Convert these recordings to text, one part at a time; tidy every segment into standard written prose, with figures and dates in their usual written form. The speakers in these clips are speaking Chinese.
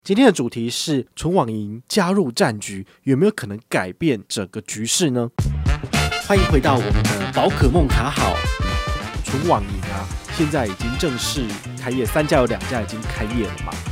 今天的主题是纯网银加入战局，有没有可能改变整个局势呢？欢迎回到我们的宝可梦卡好。纯网银啊，现在已经正式开业，3家有2家已经开业了嘛。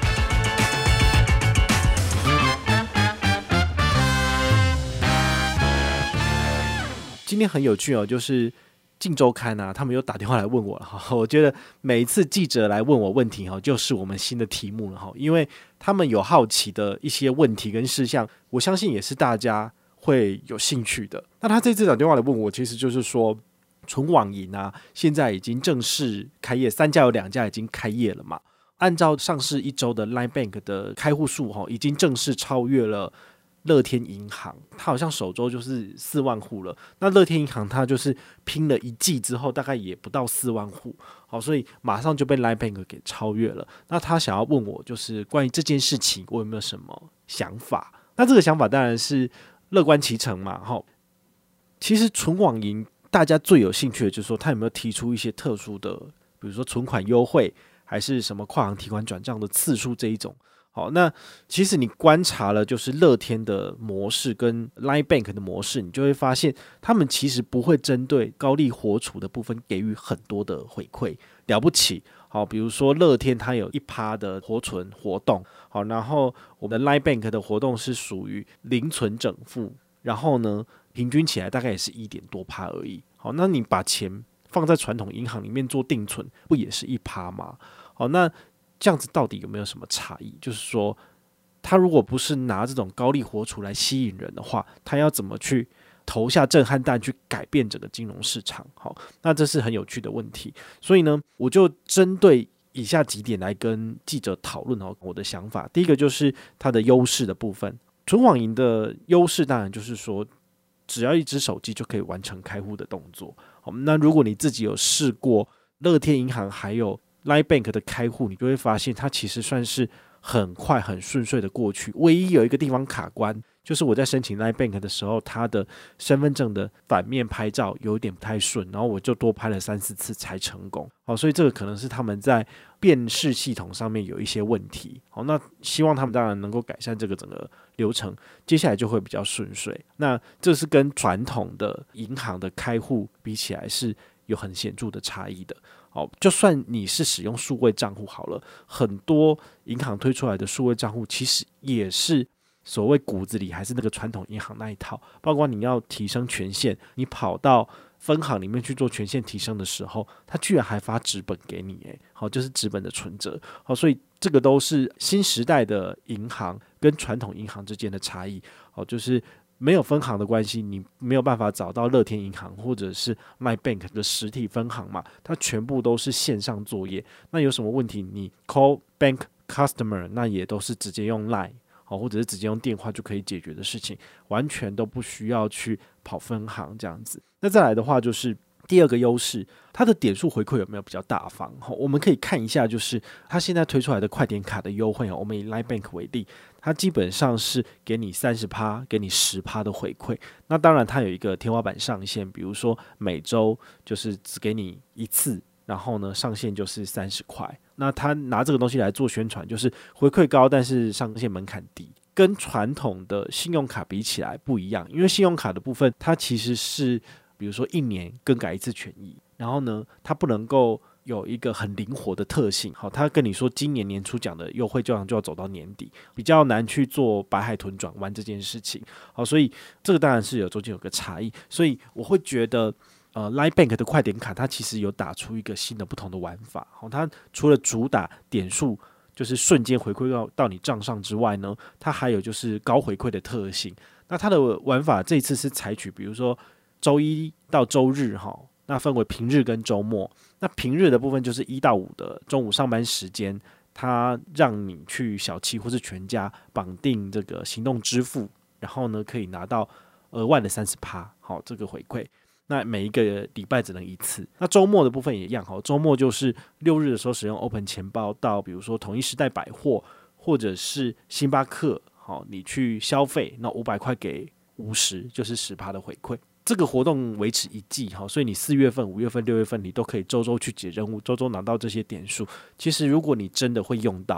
今天很有趣哦，就是镜周刊啊，他们又打电话来问我了哈。我觉得每一次记者来问我问题哈，就是我们新的题目了哈，因为他们有好奇的一些问题跟事项，我相信也是大家会有兴趣的。那他这次打电话来问我，其实就是说，纯网银啊，现在已经正式开业，3家有2家已经开业了嘛。按照上市1周的 LINE Bank 的开户数哈，已经正式超越了乐天银行，它好像首周就是4万户了。那乐天银行它就是拼了1季之后，大概也不到4万户，好，所以马上就被 LINE Bank 给超越了。那他想要问我，就是关于这件事情，我有没有什么想法？那这个想法当然是乐观其成嘛。其实纯网银大家最有兴趣的就是说，他有没有提出一些特殊的，比如说存款优惠，还是什么跨行提款转账的次数这一种。好，那其实你观察了就是乐天的模式跟 LINE Bank 的模式，你就会发现他们其实不会针对高利活储的部分给予很多的回馈。了不起，好，比如说乐天它有1%的活存活动，好，然后我们的 LINE Bank 的活动是属于零存整付，然后呢平均起来大概也是1%多而已。好，那你把钱放在传统银行里面做定存，不也是1%吗？好，那这样子到底有没有什么差异？就是说，他如果不是拿这种高利活储来吸引人的话，他要怎么去投下震撼弹去改变整个金融市场？好，那这是很有趣的问题。所以呢，我就针对以下几点来跟记者讨论我的想法。第一个就是它的优势的部分，纯网银的优势当然就是说，只要1只手机就可以完成开户的动作。好，那如果你自己有试过乐天银行还有LINE Bank 的开户，你就会发现它其实算是很快很顺遂的过去。唯一有一个地方卡关，就是我在申请 LINE Bank 的时候，它的身份证的反面拍照有点不太顺，然后我就多拍了3-4次才成功。好，所以这个可能是他们在辨识系统上面有一些问题。好，那希望他们当然能够改善这个整个流程，接下来就会比较顺遂。那这是跟传统的银行的开户比起来是有很显著的差异的。就算你是使用数位账户好了，很多银行推出来的数位账户其实也是所谓骨子里还是那个传统银行那一套，包括你要提升权限，你跑到分行里面去做权限提升的时候，他居然还发纸本给你，好，就是纸本的存折。好，所以这个都是新时代的银行跟传统银行之间的差异。好，就是没有分行的关系，你没有办法找到乐天银行或者是 LINE Bank 的实体分行嘛，它全部都是线上作业。那有什么问题，你 call bank customer， 那也都是直接用 LINE 或者是直接用电话就可以解决的事情，完全都不需要去跑分行这样子。那再来的话就是第二个优势，它的点数回馈有没有比较大方？我们可以看一下，就是它现在推出来的快点卡的优惠，我们以 LINE Bank 为例，它基本上是给你30%，给你10%的回馈。那当然它有一个天花板上限，比如说每周就是只给你1次，然后呢上限就是30块。那他拿这个东西来做宣传，就是回馈高，但是上限门槛低。跟传统的信用卡比起来不一样，因为信用卡的部分，它其实是比如说1年更改1次权益，然后呢，它不能够有一个很灵活的特性。好，他跟你说今年年初讲的优惠就要走到年底，比较难去做白海豚转弯这件事情。好，所以这个当然是中间有个差异。所以我会觉得LINE Bank 的快点卡，它其实有打出一个新的不同的玩法。好，它除了主打点数，就是瞬间回馈到你账上之外呢，它还有就是高回馈的特性。那它的玩法这一次是采取比如说周一到周日，那分为平日跟周末。那平日的部分就是1到5的中午上班时间，它让你去小七或是全家绑定这个行动支付，然后呢可以拿到额外的30%，好，这个回馈。那每一个礼拜只能1次。那周末的部分也一样，周末就是6日的时候使用 Open 钱包到比如说统一时代百货或者是星巴克，好，你去消费，那500块给50，就是10%的回馈。这个活动维持1季，所以你4月份、5月份、6月份你都可以周周去解任务，周周拿到这些点数。其实如果你真的会用到，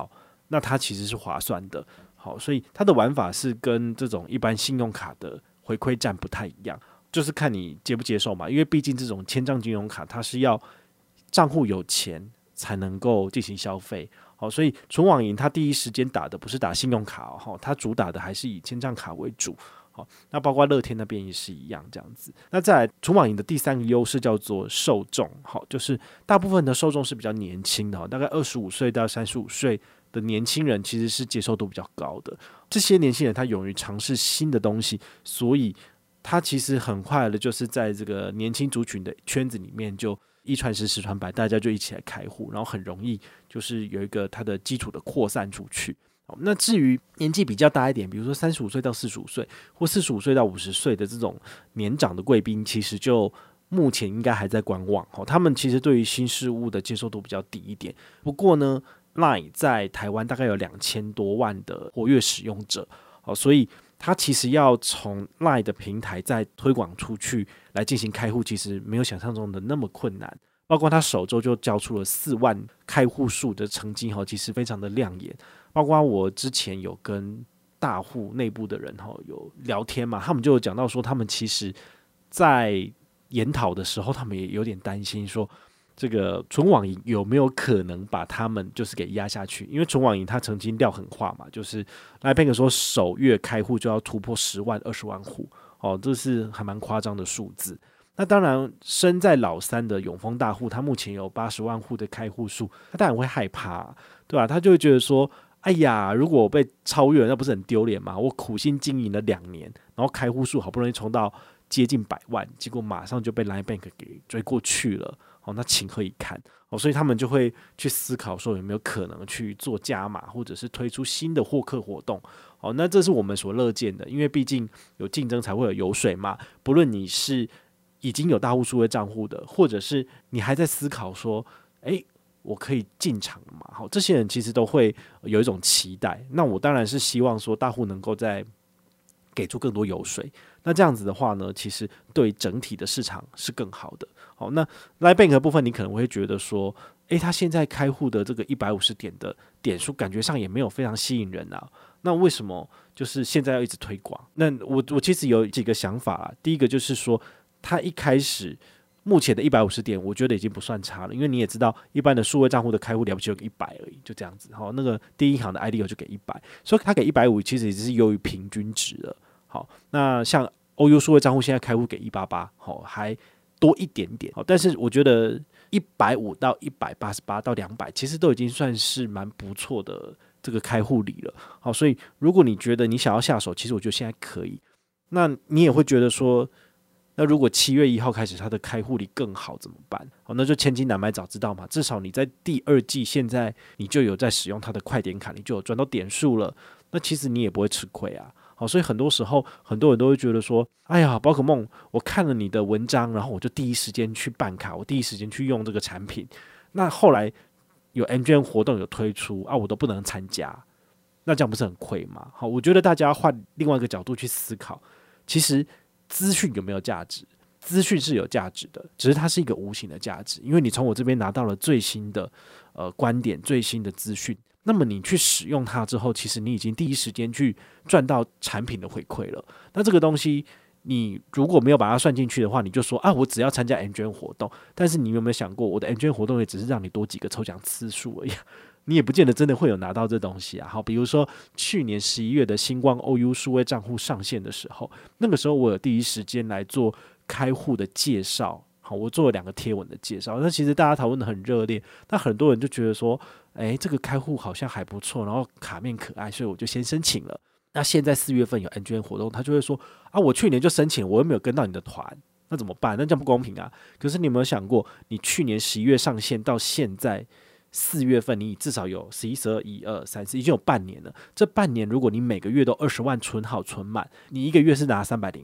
那它其实是划算的。好，所以它的玩法是跟这种一般信用卡的回馈站不太一样，就是看你接不接受嘛。因为毕竟这种千账金融卡，它是要账户有钱才能够进行消费。好，所以纯网银它第一时间打的不是打信用卡哦，它主打的还是以千账卡为主。好，那包括乐天那边也是一样这样子。那再来，纯网银的第三个优势叫做受众，好，就是大部分的受众是比较年轻的，大概25岁到35岁的年轻人其实是接受度比较高的。这些年轻人他勇于尝试新的东西，所以他其实很快的就是在这个年轻族群的圈子里面就一传十，十传百，大家就一起来开户，然后很容易就是有一个它的基础的扩散出去。那至于年纪比较大一点，比如说35岁到45岁或45岁到50岁的这种年长的贵宾，其实就目前应该还在观望，他们其实对于新事物的接受度比较低一点。不过呢 LINE 在台湾大概有2000多万的活跃使用者，所以它其实要从 LINE 的平台再推广出去来进行开户，其实没有想象中的那么困难。包括他首周就交出了4万开户数的成绩，其实非常的亮眼。包括我之前有跟大户内部的人有聊天嘛，他们就有讲到说，他们其实在研讨的时候，他们也有点担心说，这个纯网银有没有可能把他们就是给压下去？因为纯网银它曾经撂狠话嘛，就是 LINE Bank 说首月开户就要突破10万、20万户，这是还蛮夸张的数字。那当然，身在老三的永丰大户，他目前有80万户的开户数，他当然会害怕，对吧？他就会觉得说，哎呀，如果我被超越了，那不是很丢脸吗？我苦心经营了2年，然后开户数好不容易冲到接近100万，结果马上就被 LINE Bank 给追过去了，那情何以堪？所以他们就会去思考说，有没有可能去做加码，或者是推出新的获客活动。那这是我们所乐见的，因为毕竟有竞争才会有油水嘛。不论你是已经有大户数位账户的，或者是你还在思考说，我可以进场了嘛？好，这些人其实都会有一种期待。那我当然是希望说大户能够再给出更多油水。那这样子的话呢，其实对整体的市场是更好的。好，那 LINE Bank 的部分，你可能会觉得说，他现在开户的这个150点的点数，感觉上也没有非常吸引人啊。那为什么就是现在要一直推广？那我其实有几个想法啦。第一个就是说，他一开始目前的150点，我觉得已经不算差了，因为你也知道，一般的数位账户的开户了不起有个100而已，就这样子。好，那个第一银行的 IDO 就给100，所以他给150，其实也是优于平均值了。好，那像 OU 数位账户现在开户给188，好，还多一点点。好，但是我觉得150到188到200，其实都已经算是蛮不错的这个开户礼了。好，所以如果你觉得你想要下手，其实我觉得现在可以。那你也会觉得说，那如果7月1号开始它的开户礼更好怎么办？那就千金难买早知道嘛。至少你在第2季现在你就有在使用它的快点卡，你就有赚到点数了，那其实你也不会吃亏啊。好，所以很多时候很多人都会觉得说，哎呀，宝可梦，我看了你的文章，然后我就第一时间去办卡，我第一时间去用这个产品。那后来有 MGM 活动有推出啊，我都不能参加，那这样不是很亏吗？好，我觉得大家要换另外一个角度去思考，其实资讯有没有价值？资讯是有价值的，只是它是一个无形的价值，因为你从我这边拿到了最新的观点、最新的资讯，那么你去使用它之后，其实你已经第一时间去赚到产品的回馈了。那这个东西，你如果没有把它算进去的话，你就说啊，我只要参加 MGM 活动，但是你有没有想过，我的 MGM 活动也只是让你多几个抽奖次数而已，你也不见得真的会有拿到这东西啊。好，比如说去年11月的星光 OU 数位账户上线的时候，那个时候我有第一时间来做开户的介绍，好，我做了2个贴文的介绍，那其实大家讨论的很热烈，那很多人就觉得说，这个开户好像还不错，然后卡面可爱，所以我就先申请了。那现在4月份有 MGM 活动，他就会说啊，我去年就申请，我又没有跟到你的团，那怎么办？那这样不公平啊！可是你有没有想过，你去年11月上线到现在4月份，你至少有11、12、1、2、3、4，已经有半年了。这半年，如果你每个月都20万存好存满，你一个月是拿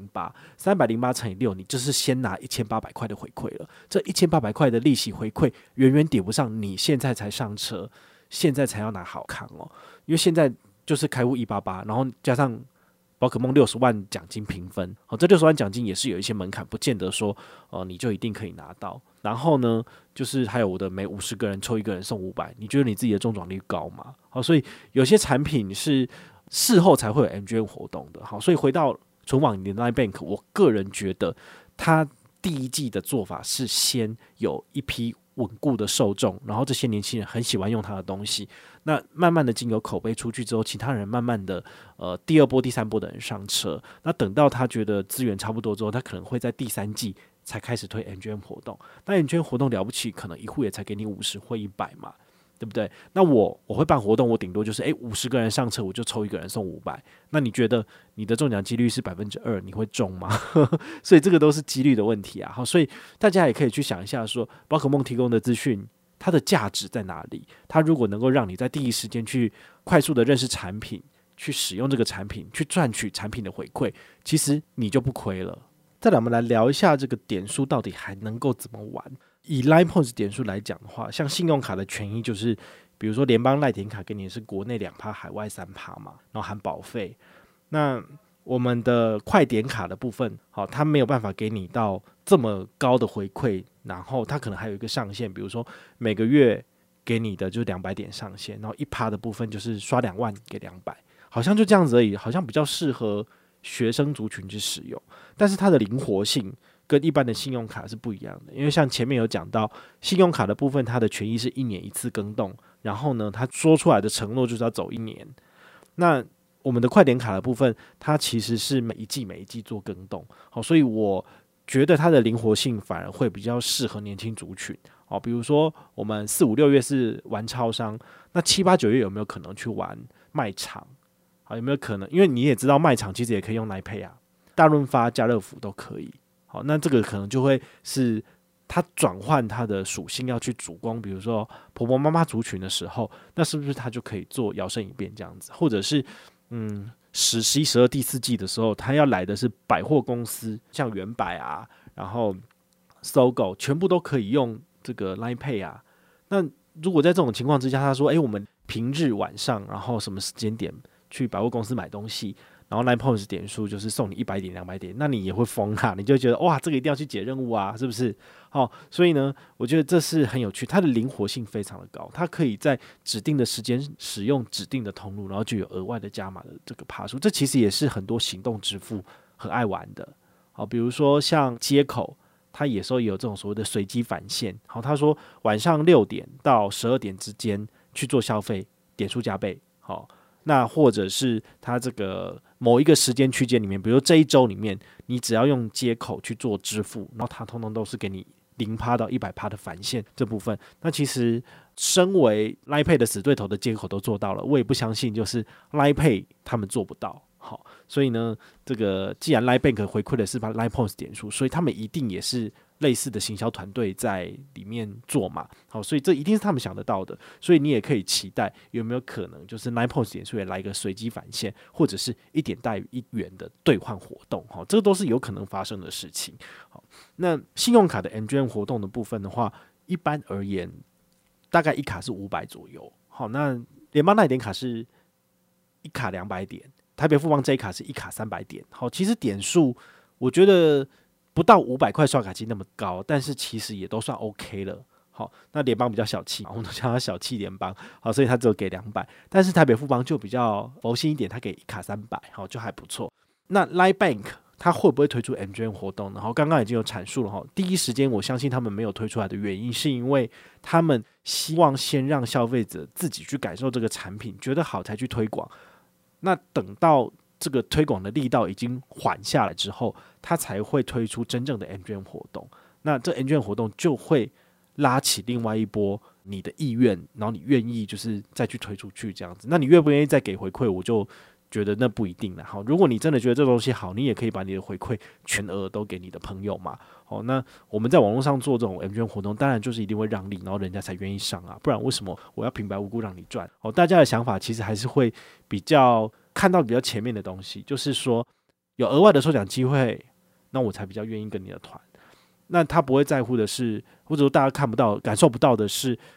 308乘以6，你就是先拿1800块的回馈了。这1800块的利息回馈，远远抵不上你现在才上车，现在才要拿好康哦。因为现在就是开户188，然后加上宝可梦60万奖金评分，这60万奖金也是有一些门槛，不见得说你就一定可以拿到。 然后呢，就是还有我的每50个人抽1个人送500，你觉得你自己的中奖率高吗？好，所以有些产品是事后才会有 MGM 活动的。好，所以回到纯网银的 LINE Bank， 我个人觉得它第一季的做法是先有一批稳固的受众，然后这些年轻人很喜欢用它的东西，那慢慢的经由口碑出去之后，其他人慢慢的第2波第3波的人上车，那等到他觉得资源差不多之后，他可能会在第3季才开始推 MGM 活动。那 MGM 活动了不起，可能一户也才给你50或100嘛，对不对？那我会办活动，我顶多就是50个人上车，我就抽1个人送500。那你觉得你的中奖几率是2%，你会中吗？所以这个都是几率的问题啊。好，所以大家也可以去想一下说，宝可梦提供的资讯它的价值在哪里？它如果能够让你在第一时间去快速的认识产品，去使用这个产品，去赚取产品的回馈，其实你就不亏了。再来，我们来聊一下这个点数到底还能够怎么玩。以 Line Points 点数来讲的话，像信用卡的权益就是，比如说联邦赖点卡给你是国内2%，海外3%嘛，然后含保费。那我们的快点卡的部分，好，它没有办法给你到这么高的回馈，然后它可能还有一个上限，比如说每个月给你的就是200点上限，然后1%的部分就是刷2万给200，好像就这样子而已，好像比较适合学生族群去使用，但是它的灵活性跟一般的信用卡是不一样的，因为像前面有讲到，信用卡的部分它的权益是1年1次更动，然后呢，它说出来的承诺就是要走1年。那我们的快点卡的部分，它其实是每一季做更动，好，所以我觉得它的灵活性反而会比较适合年轻族群。好，比如说我们4、5、6月是玩超商，那7、8、9月有没有可能去玩卖场？好，有没有可能？因为你也知道卖场其实也可以用来配啊，大润发、家乐福都可以。好，那这个可能就会是它转换它的属性要去主攻，比如说婆婆妈妈族群的时候，那是不是它就可以做摇身一变这样子？或者是10、11、12第4季的时候，它要来的是百货公司，像原百啊，然后SOGO 全部都可以用这个 Line Pay 啊。那如果在这种情况之下，他说：“我们平日晚上，然后什么时间点去百货公司买东西，然后 Line Points 点数就是送你100点、200点，那你也会疯啊！你就会觉得哇，这个一定要去解任务啊，是不是？好，所以呢，我觉得这是很有趣，它的灵活性非常的高，它可以在指定的时间使用指定的通路，然后就有额外的加码的这个趴数。这其实也是很多行动支付很爱玩的。好，比如说像街口。他也说有这种所谓的随机返现，好，他说晚上6点到12点之间去做消费，点数加倍，好，那或者是他这个某一个时间区间里面，比如说这一周里面，你只要用街口去做支付，然后他通通都是给你0%到100%的返现这部分。那其实身为 Line Pay 的死对头的街口都做到了，我也不相信就是 Line Pay 他们做不到。好，所以呢，这个既然 Line Bank 回馈的是 Line Points 点数，所以他们一定也是类似的行销团队在里面做嘛。好，所以这一定是他们想得到的。所以你也可以期待有没有可能就是 Line Points 点数也来一个随机返现，或者是1点大于1元的兑换活动。好，这个都是有可能发生的事情。好，那信用卡的 MGM 活动的部分的话，一般而言大概一卡是500左右。好，那联邦那点卡是一卡200点。台北富邦这一卡是一卡300点，好，其实点数我觉得不到500块刷卡机那么高，但是其实也都算 OK 了。好，那联邦比较小气嘛，我们都叫它小气联邦，好，所以它只有给200，但是台北富邦就比较佛心一点，它给一卡300，好，就还不错。那 Line Bank 它会不会推出 MGM 活动呢？然后刚刚已经有阐述了哈，第一时间我相信他们没有推出来的原因，是因为他们希望先让消费者自己去感受这个产品，觉得好才去推广。那等到这个推广的力道已经缓下来之后，它才会推出真正的 MGM 活动。那这 MGM 活动就会拉起另外一波你的意愿，然后你愿意就是再去推出去这样子。那你愿不愿意再给回馈，我就觉得那不一定了。好，如果你真的觉得这东西好，你也可以把你的回馈全额都给你的朋友嘛。好，那我们在网络上做这种 MGM 活动，当然就是一定会让利，然后人家才愿意上啊，不然为什么我要平白无故让你赚？好，大家的想法其实还是会比较看到比较前面的东西，就是说有额外的抽奖机会，那我才比较愿意跟你的团。那他不会在乎的是，或者说大家看不到、感受不到的是，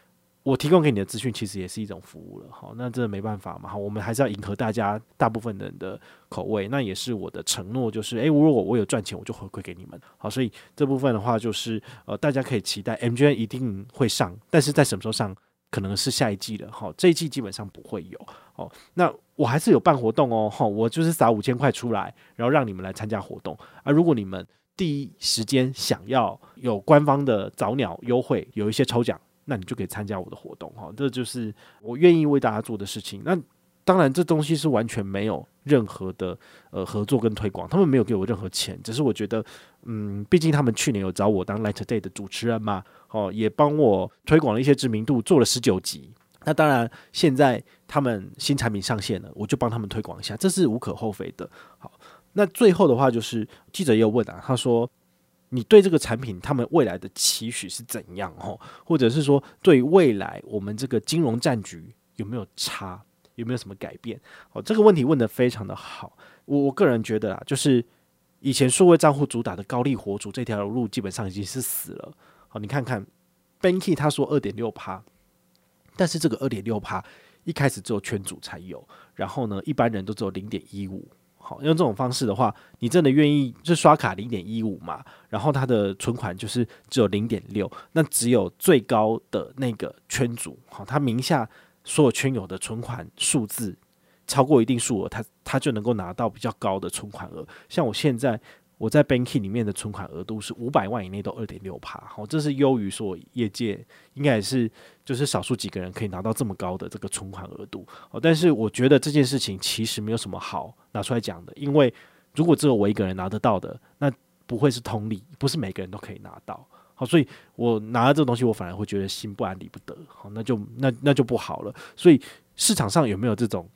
我提供给你的资讯其实也是一种服务了，好，那这没办法嘛，好，我们还是要迎合大部分人的口味，那也是我的承诺，就是如果我有赚钱，我就回馈给你们，好，所以这部分的话就是大家可以期待 MGM 一定会上，但是在什么时候上，可能是下一季了，好，这一季基本上不会有，哦，那我还是有办活动哦，我就是撒5000块出来，然后让你们来参加活动，如果你们第一时间想要有官方的早鸟优惠，有一些抽奖，那你就可以参加我的活动，这就是我愿意为大家做的事情。那当然这东西是完全没有任何的合作跟推广，他们没有给我任何钱，只是我觉得毕竟他们去年有找我当 Light Today 的主持人嘛，也帮我推广了一些知名度，做了19集。那当然现在他们新产品上线了，我就帮他们推广一下，这是无可厚非的。好，那最后的话就是记者也有问他说你对这个产品他们未来的期许是怎样，或者是说对未来我们这个金融战局有没有差，有没有什么改变？这个问题问得非常的好。我个人觉得啦，就是以前数位账户主打的高利活主这条路基本上已经是死了。好，你看看 Banky 他说 2.6%， 但是这个 2.6% 一开始只有圈主才有，然后呢一般人都只有 0.15%。好，用这种方式的话，你真的愿意就刷卡 0.15 嘛，然后他的存款就是只有 0.6， 那只有最高的那个圈主，好，他名下所有圈友的存款数字超过一定数额，他就能够拿到比较高的存款额。像我现在我在 Banky 里面的存款额度是500万以内都 2.6%， 好，这是优于所有业界，应该也是就是少数几个人可以拿到这么高的这个存款额度。但是我觉得这件事情其实没有什么好拿出来讲的，因为如果只有我一个人拿得到的，那不会是通例，不是每个人都可以拿到。好，所以我拿到这个东西，我反而会觉得心不安理不得。好，那就不好了。所以市场上有没有这种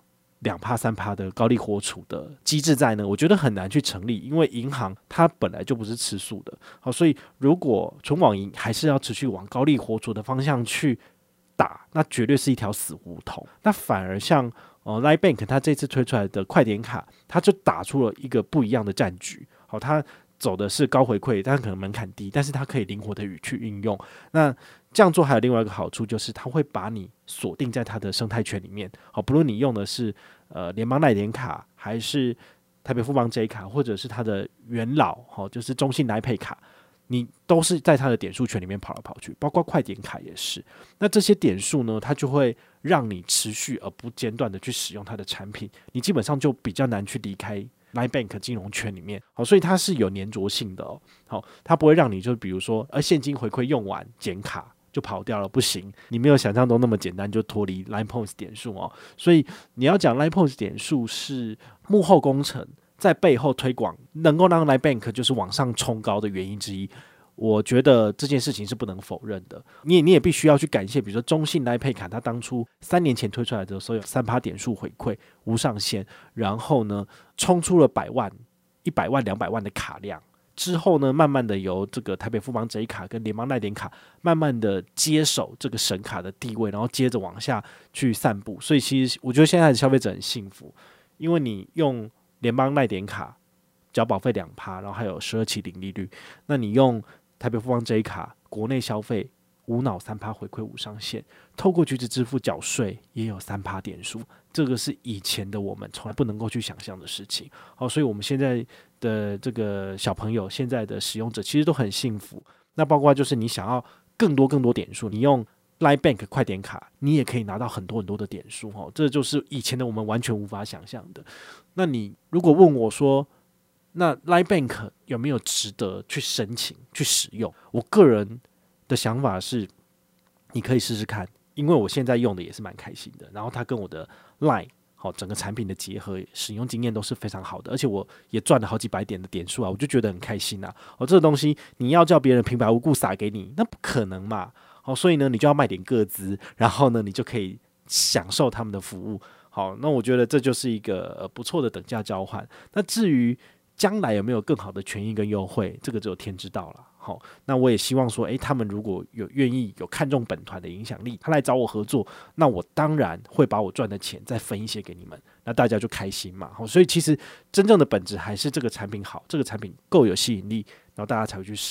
2%、3%的高利活储的机制在呢？我觉得很难去成立，因为银行它本来就不是吃素的。好，所以如果纯网银还是要持续往高利活储的方向去打，那绝对是一条死胡同。那反而像Line Bank 它这次推出来的快点卡，它就打出了一个不一样的战局。好，它走的是高回馈，但可能门槛低，但是它可以灵活的去运用。那这样做还有另外一个好处，就是它会把你锁定在它的生态圈里面。好，不论你用的是联邦赖点卡，还是台北富邦 J 卡，或者是它的元老，就是中信来配卡，你都是在它的点数圈里面跑来跑去，包括快点卡也是。那这些点数呢，它就会让你持续而不间断的去使用它的产品，你基本上就比较难去离开Line Bank 金融圈里面。好，所以它是有粘着性的哦。好，它不会让你就比如说现金回馈用完减卡就跑掉了，不行，你没有想象中那么简单就脱离 Line Points 点数哦。所以你要讲 Line Points 点数是幕后工程，在背后推广，能够让 Line Bank 就是往上冲高的原因之一。我觉得这件事情是不能否认的，你也必须要去感谢，比如说中信来配卡，它当初3年前推出来的时候有3%点数回馈无上限，然后呢冲出了100万、100万、200万的卡量，之后呢慢慢的由这个台北富邦 J 卡跟联邦赖点卡慢慢的接手这个神卡的地位，然后接着往下去散布。所以其实我觉得现在的消费者很幸福，因为你用联邦赖点卡缴保费 2%， 然后还有12期零利率，那你用台北富邦 J 卡国内消费无脑 3% 回馈无上限，透过橘子支付缴税也有 3% 点数，这个是以前的我们从来不能够去想象的事情。好，所以我们现在的这个小朋友，现在的使用者其实都很幸福。那包括就是你想要更多点数，你用 Line Bank 快点卡，你也可以拿到很多的点数，这就是以前的我们完全无法想象的。那你如果问我说，那 Line Bank 有没有值得去申请去使用？我个人的想法是，你可以试试看，因为我现在用的也是蛮开心的。然后它跟我的 Line 整个产品的结合，使用经验都是非常好的，而且我也赚了好几百点的点数啊，我就觉得很开心啊。这个东西你要叫别人平白无故撒给你，那不可能嘛。所以呢，你就要卖点个资，然后呢，你就可以享受他们的服务。好，那我觉得这就是一个不错的等价交换。那至于将来有没有更好的权益跟优惠，这个只有天知道了。好，那我也希望说，他们如果有愿意有看中本团的影响力，他来找我合作，那我当然会把我赚的钱再分一些给你们，那大家就开心嘛。好，所以其实真正的本质还是这个产品好，这个产品够有吸引力，然后大家才会去使用。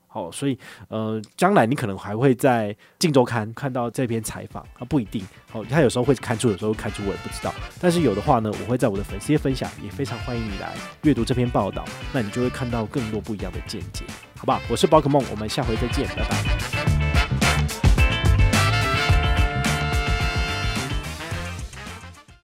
好，所以将来你可能还会在镜周刊看到这篇采访啊，不一定。好，他有时候会刊出，有时候会刊出，我也不知道。但是有的话呢，我会在我的粉丝页分享，也非常欢迎你来阅读这篇报道，那你就会看到更多不一样的见解，好不好？我是宝可梦，我们下回再见，拜拜。